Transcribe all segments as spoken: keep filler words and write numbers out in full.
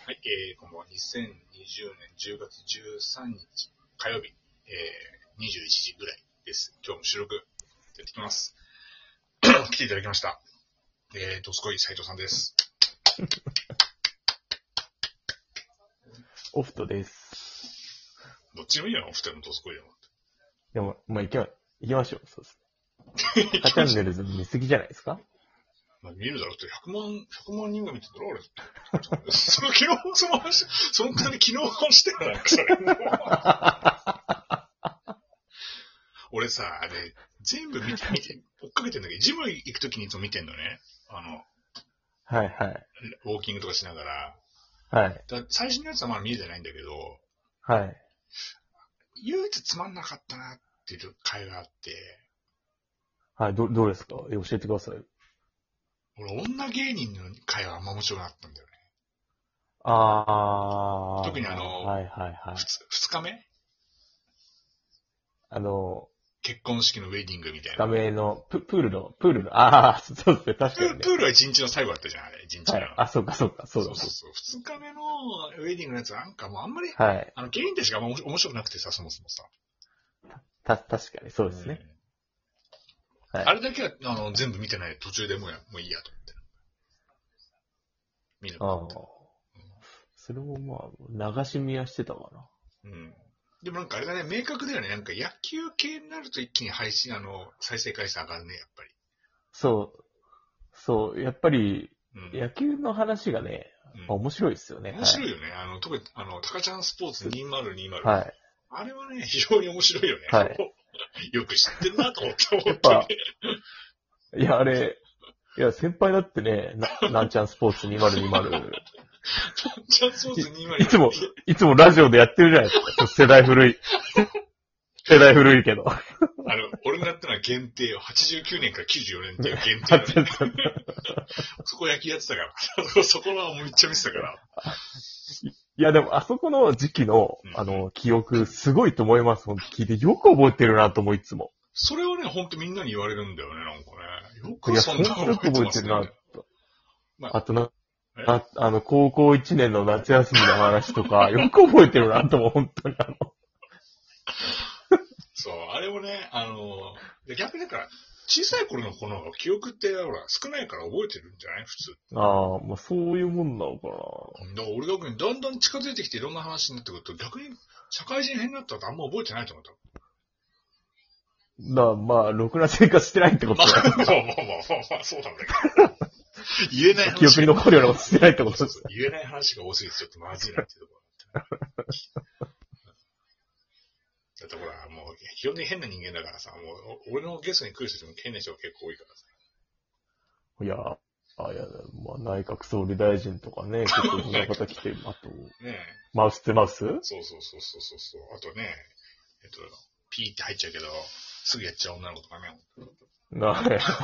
はい、えー、こんばんは。にせんにじゅうねんじゅうがつじゅうさんにち火曜日、えー、にじゅういちじぐらいです。今日も収録やってきます。来ていただきました。えー、どすこい斉藤さんです。 オフトです。 どっちもいいよな、オフトでもどすこいでも。 でも、まあ、行きま、行きましょう。そうですね。赤チャンネルズ見すぎじゃないですか？ まあ、見るだろうってひゃくまん、ひゃくまん人が見てたら俺、その昨日、その話、そのくだり昨日話してたなんかそれ。俺さ、あれ、全部見て、見て、追っかけてんだけど、ジム行くときにいつも見てんのね。あの、 はいはい。 ウォーキングとかしながら。 はい。 だ最新のやつはまだ見れてないんだけど、 はい。 唯一つまんなかったなっていう回があって、 はい、ど、どうですか？え、教えてください。 俺、女芸人の回はあんま面白くなかったんだよね。 あー。 特にあの、 はいはいはい。 二, 二日目あの、 結婚式のウェディングみたいな。 画面の、プ、プールの、プールの、あー、そうですね、確かにね。 プールは一日の最後だったじゃん、あれ。一日目の。 はい。あ、そうかそうか、そうだ。 そうそうそう。二日目のウェディングのやつなんかもうあんまり、 はい。 あの、芸人たちがあんま面白くなくてさ、そもそもさ。 た、確かに、そうですね。 うん、はい。あれだけは、あの、全部見てない途中でもうや、もういいやと思って。見なかった。ああ。 それもまあ、流し見はしてたかな。 うん。でもなんかあれだね、明確だよね。なんか野球系になると一気に配信、あの、再生回数上がるね、やっぱり。 そう。そう。やっぱり、うん、野球の話がね、うん、面白いですよね。 面白いよね。はい、あの、特に、あの、タカちゃんスポーツにせんにじゅう。 はい。 あれはね、非常に面白いよね。 はい。 よく知ってるなと思って、 やっぱ、いや、あれ、いや、先輩だってね、な、なんちゃんスポーツにせんにじゅう。 なんちゃんスポーツにせんにじゅう。 いつも、いつもラジオでやってるじゃないですか。世代古い。世代古いけど。 あの、俺がやったのは限定よ。はちじゅうきゅうねんからきゅうじゅうよねんっていう限定、ね。そこ野球やってたから。そこはめっちゃ見てたから。 いや、でも、あそこの時期の、あの、記憶、すごいと思います。本当聞いて、よく覚えてるなと思う、いつも。 それはね、ほんとみんなに言われるんだよね、なんかね。よくそんな覚えてますね。 よく覚えてるなと。まあ、あとな、あ, あの、高校いちねんの夏休みの話とか、よく覚えてるなと思う、本当にあの。 そう、あれをね、あの、逆にだから、小さい頃のこの記憶って、ほら、少ないから覚えてるんじゃない普通。 ああ、まあそういうもんなのかな。 だから俺逆にだんだん近づいてきていろんな話になってくると、逆に社会人編になったらあんま覚えてないと思った。 だまあ、ろくな生活してないってことだ、 まあ、まあまあまあまあ、そうなんだけど。言えない話。 記憶に残るようなことしてないってことです。 言えない話が多すぎてちょっとまずいなっていうところ。だってほら、もう、基本的に変な人間だからさ、もう、俺のゲストに来る人でも変な人が結構多いからさ。 いや、あ、いや、まあ、内閣総理大臣とかね、結構いろんな方来て、あと、ねマウスってマウスそうそうそうそうそうそう。あとね、えっと、ピーって入っちゃうけど、すぐやっちゃう女の子とかね。 な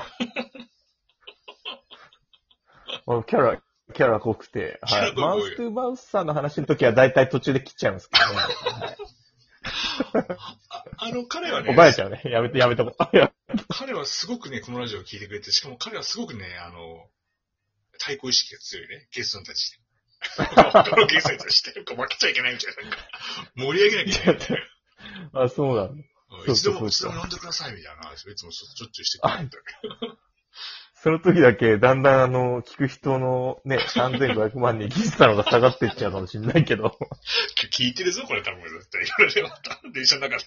あキャラ、キャラ濃くて、はい。マウスとマウスさんの話の時は大体途中で切っちゃいますけどね。はいあ, あの、彼はね。 おばあちゃんね。やめて、やめとこう。 彼はすごくね、このラジオを聞いてくれて、しかも彼はすごくね、あの、対抗意識が強いね、ゲストに対して。他のゲストに対して、負けちゃいけないみたいな。盛り上げなきゃいけない。 あ、そうなんだ。 一度も、一度も呼んでくださいみたいな話をいつもしょっちゅうしてくれるんだけど。 その時だけ、だんだんあの、聞く人のね、さんぜんごひゃくまんに聞いてたのが下がっていっちゃうかもしれないけど。 聞いてるぞ、これ多分絶対。言われれば、電車の中で。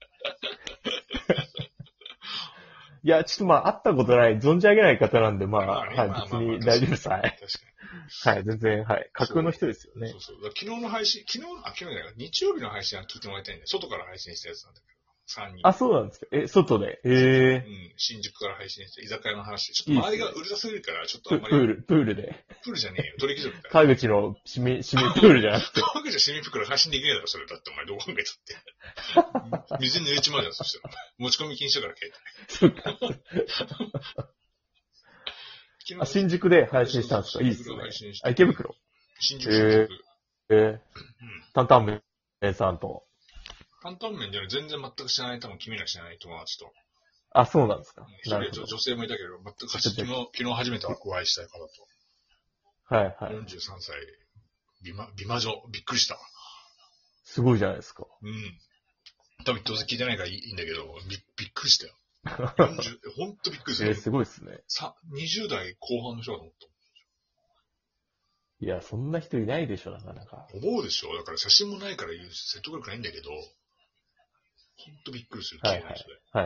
いや、ちょっとまあ、会ったことない、存じ上げない方なんで、まあ、まあね、はい、まあ、別に大丈夫です。はい。確かに。はい、全然、はい。架空の人ですよね。 そうそう。昨日の配信、昨日、あ、昨日じゃない、日曜日の配信は聞いてもらいたいんで、外から配信したやつなんだけど。さんにん。 あ、そうなんですか。え、外で。ええー。 うん。新宿から配信して、居酒屋の話。ちょっと周りがうるさすぎるから、ちょっとあんまり。 プール、プールで。 プールじゃねえよ。鳥貴族だよ。 川口の市民、市民プールじゃなくて。 川口の市民プール配信できねえだろ、それ。だってお前どう考えたって。水に濡れちまうじゃん、そしたら。持ち込み禁止だから、携帯。 あ、新宿で配信したんですか？いいっすね。あ、池袋。 新宿、新宿。 えー、えー、うん。担々麺さんと。 担々麺じゃない、全然全く知らない、多分君ら知らない友達と。 あ、そうなんですか。 一人女性もいたけど、全く昨日、昨日初めてお会いしたい方と。 はいはい。 よんじゅうさんさい美魔、美魔女、びっくりしたわ。 すごいじゃないですか。 うん。多分どうせ聞いてないからいいんだけど、び、びっくりしたよ。よんじゅうほんとびっくりする。 えー、すごいですね。 さ、にじゅう代後半の人だと思った。 いや、そんな人いないでしょ、なかなか。 思うでしょ。だから写真もないから言う説得力ないんだけど、ほんとびっくりする。 はいはい。はい。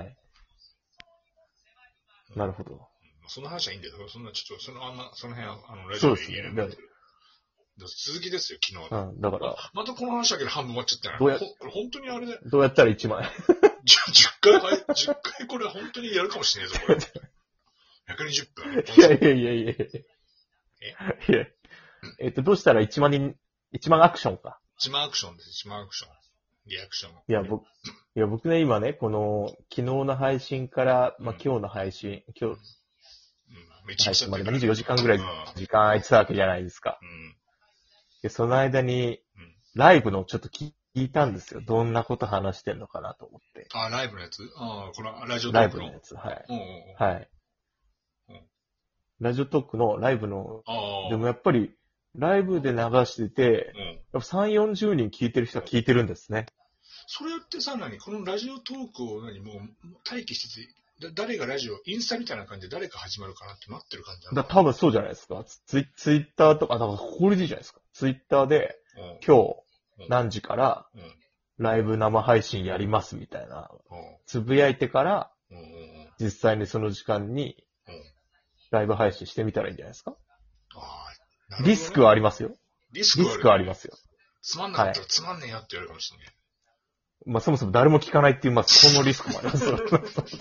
なるほど。 その話はいいんだよ。そんな、ちょっと、そのあんま、その辺は、あの、ラジそうオですね。 続きですよ、昨日。 うん、だから。 またこの話だけで半分終わっちゃったな。 どうや、 これ本当にあれで。 どうやったらいちまん円 ?じゅっ 回、じゅっかいこれ本当にやるかもしれないぞ、これ。ひゃくにじゅっぷん。 いやいやいやいやえいや。えっと、どうしたらいちまん人、いちまんアクションか。 いちまんアクションです、いちまんアクション。リアクション。 いや、僕、いや、僕ね、今ね、この、昨日の配信から、まあ、今日の配信、今日、 うん、 配信までにじゅうよじかんぐらい時間空いてたわけじゃないですか。 うん、 で、その間に、ライブのちょっと聞いたんですよ。どんなこと話してんのかなと思って。 あ、ライブのやつああ、このラジオトークのライブのやつ、はい。 うんうんうん、 はい。うん、ラジオトークのライブの、でもやっぱり、ライブで流してて、うん、やっぱさんじゅう、よんじゅうにん聞いてる人は聞いてるんですね。 それってさ、何このラジオトークを何もう待機してて、だ誰がラジオ、インスタみたいな感じで誰か始まるかなって待ってる感じなのだ多分そうじゃないですか。ツイツイッターとか、だからこれでいいじゃないですか。ツイッターで、うん、今日何時からライブ生配信やりますみたいな、うん、つぶやいてから、うんうんうん、実際にその時間にライブ配信してみたらいいんじゃないですか。あ、なるほどね、リスクはありますよ。 リスクはある、 リスクはありますよ。 つまんなかったらつまんねえやってやるかもしれない。 まあ、そもそも誰も聞かないっていう、まあ、このリスクもありますよ。えー、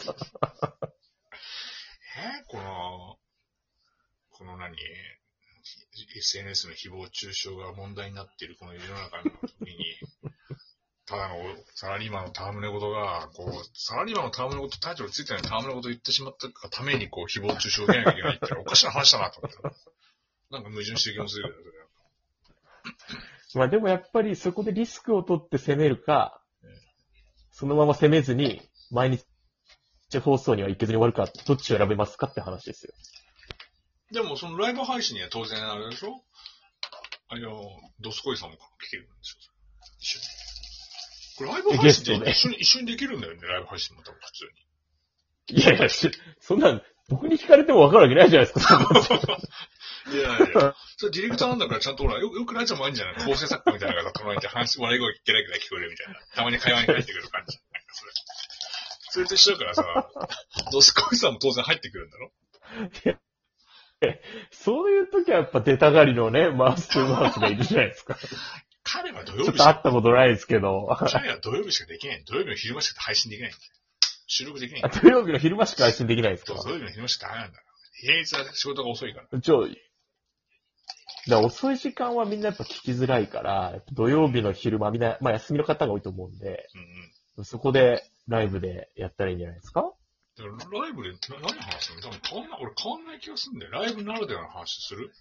この、この何、エスエヌエス の誹謗中傷が問題になっているこの世の中の時に、ただのサラリーマンのタームネ事が、こう、サラリーマンのタームネ事タイトルついてないタームネ事言ってしまったがために、こう、誹謗中傷を受けなきゃいけないっておかしな話だなと思って。なんか矛盾してる気もするけど、それは。 まあでもやっぱりそこでリスクを取って攻めるか、そのまま攻めずに、毎日放送には行けずに終わるか、どっちを選べますかって話ですよ。 でも、そのライブ配信には当然あれでしょあの、ドスコイさんも聞けるんでしょ一緒に。これライブ配信で一緒に、一緒にできるんだよね、ライブ配信も多分普通に。いやいや、そんな、僕に聞かれても分かるわけないじゃないですか。 いやいや、それディレクターなんだからちゃんとほら、よ, よくラジオもあるんじゃない構成作家みたいなのが隣に話、笑い声ゲラゲラ聞こえるみたいな。たまに会話に入ってくる感じ。なんかそれ。それと一緒だからさ、ドスコイさんも当然入ってくるんだろいやそういう時はやっぱ出たがりのね、マウスとマウスがいるじゃないですか。 彼は土曜日しか。 ちょっと会ったことないですけど。 彼は土曜日しかできない。土曜日の昼間しか配信できない。収録できない。 土曜日の昼間しか配信できないですか。 土曜日の昼間しかダメなんだ。平日は仕事が遅いから。 ちょ、だ遅い時間はみんなやっぱ聞きづらいから、土曜日の昼間みんな、まあ休みの方が多いと思うんで、うんうん、そこでライブでやったらいいんじゃないですか。 ライブで何の話するの？多分変わんない、俺変わんない気がするんだよ。ライブならではの話する？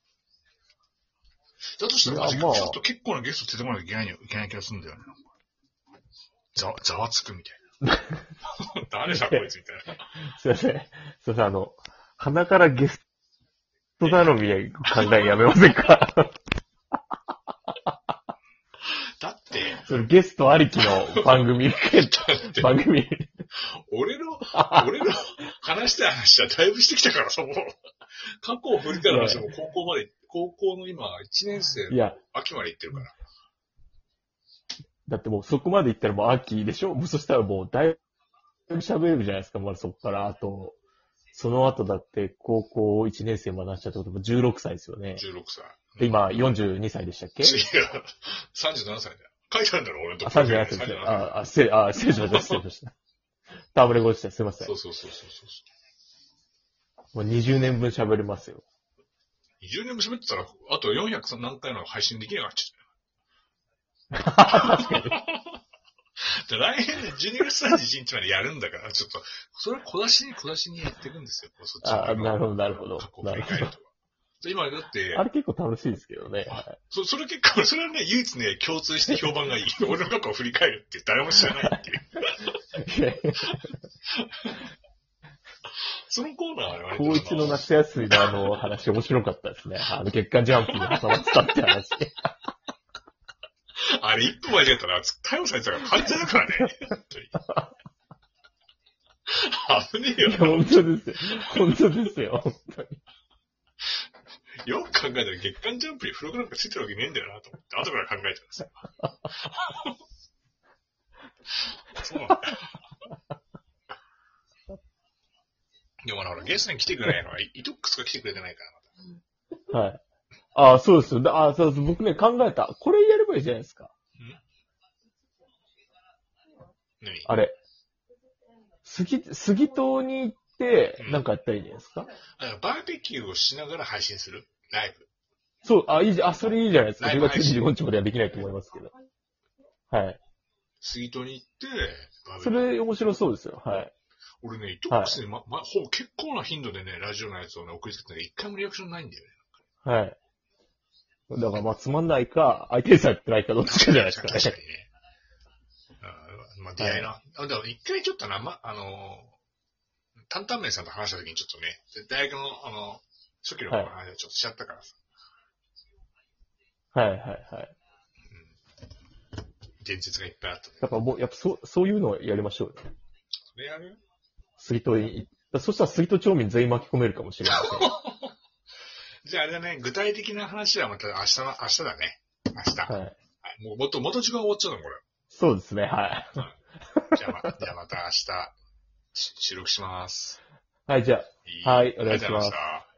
だとしたらマジか、ちょっと結構なゲスト出てこなきゃいけないいけない気がするんだよね。ざ、ざわつくみたいな。誰だこいつみたいな。 すいません。すいません、あの、鼻からゲスト頼みで考えやめませんか？ だって、 それゲストありきの番組、番組。 俺の、俺の話した話はだいぶしてきたからさ、もう。過去を振り返る話も高校まで、高校の今、いちねん生の秋まで行ってるから。 だってもうそこまで行ったらもう秋でしょ？もうそしたらもうだいぶ喋れるじゃないですか、まだそこから。あと、その後だって高校いちねん生までなっちゃったこともじゅうろくさいですよね。 じゅうろくさい。 で、今よんじゅうにさいでしたっけ？ いや、さんじゅうななさいだよ。書いてあるんだろ、俺のとこ。 あ、さんじゅうななさいですね。あ、あ、せ、あ、失礼しました、失礼しました。ターブレゴでした、すいません。 そうそうそうそうそう。 もうにじゅうねんぶん喋れますよ。 にじゅうねんぶん喋ってたら、あとよんひゃく何回の配信できなかった。 確かに。 来年でじゅうにがつさんじゅういちにちまでやるんだから、ちょっと、それは小出しに小出しにやっていくんですよ、そっちあ、なるほど、なるほど。 過去を振り返ると。今だって、 あれ結構楽しいですけどね。はい、 そ, それ結構、それはね、唯一ね、共通して評判がいい。俺の過去を振り返るって誰も知らないっていう。そのコーナーはね、 高一の夏休みのあの話面白かったですね。あの月刊ジャンプに挟まってたって話。 あれいっぷん間違えたら逮捕されてたから完全だからね。本当に。危ねえよな。 本当ですよ。本当ですよ。本当に。 よく考えたら月刊ジャンプに付録なんかついてるわけねえんだよなと思って、後から考えたんですよ。そうなんだよ。でもほら、ゲストに来てくれないのは、イトックスが来てくれてないから、 また。はい。ああ、そうですよ。ああ、そうです。僕ね、考えた。これやればいいじゃないですか。ん何あれ。杉、杉島に行って、なんかやったらいいんじゃないですか、うん、 だからバーベキューをしながら配信するライブ。 そう、あ、いいじゃん、あ、それいいじゃないですか。じゅうがつにじゅうごにちまではできないと思いますけど。はい。 杉島に行って、 バーベキュー。それ面白そうですよ。はい。 俺ね、イトックスに、ま、ま、ほぼ結構な頻度でね、ラジオのやつをね、送りつけてね、一回もリアクションないんだよね。 はい。だからまあ、つまんないか、相手されてないかどっちかじゃないですかね。 確かにね。あまあ、出会いな。はい、あ、でも一回ちょっとな、ま、あのー、担々麺さんと話した時にちょっとね、大学の、あの、初期の話をちょっとしちゃったからさ。 はいはいはい。 うん。伝説がいっぱいあった、ね。 やっぱもう、やっぱそう、そういうのをやりましょうよ。 それやる杉戸に、そしたら杉戸町民全員巻き込めるかもしれない。 じゃああれだね、具体的な話はまた明日の、明日だね。明日。はい。はい、もう、もっと、元時間終わっちゃうの、これ。 そうですね、はい。 うん、じゃあま、じゃあまた明日、収録します。 はい、じゃあ、はい、お願いします。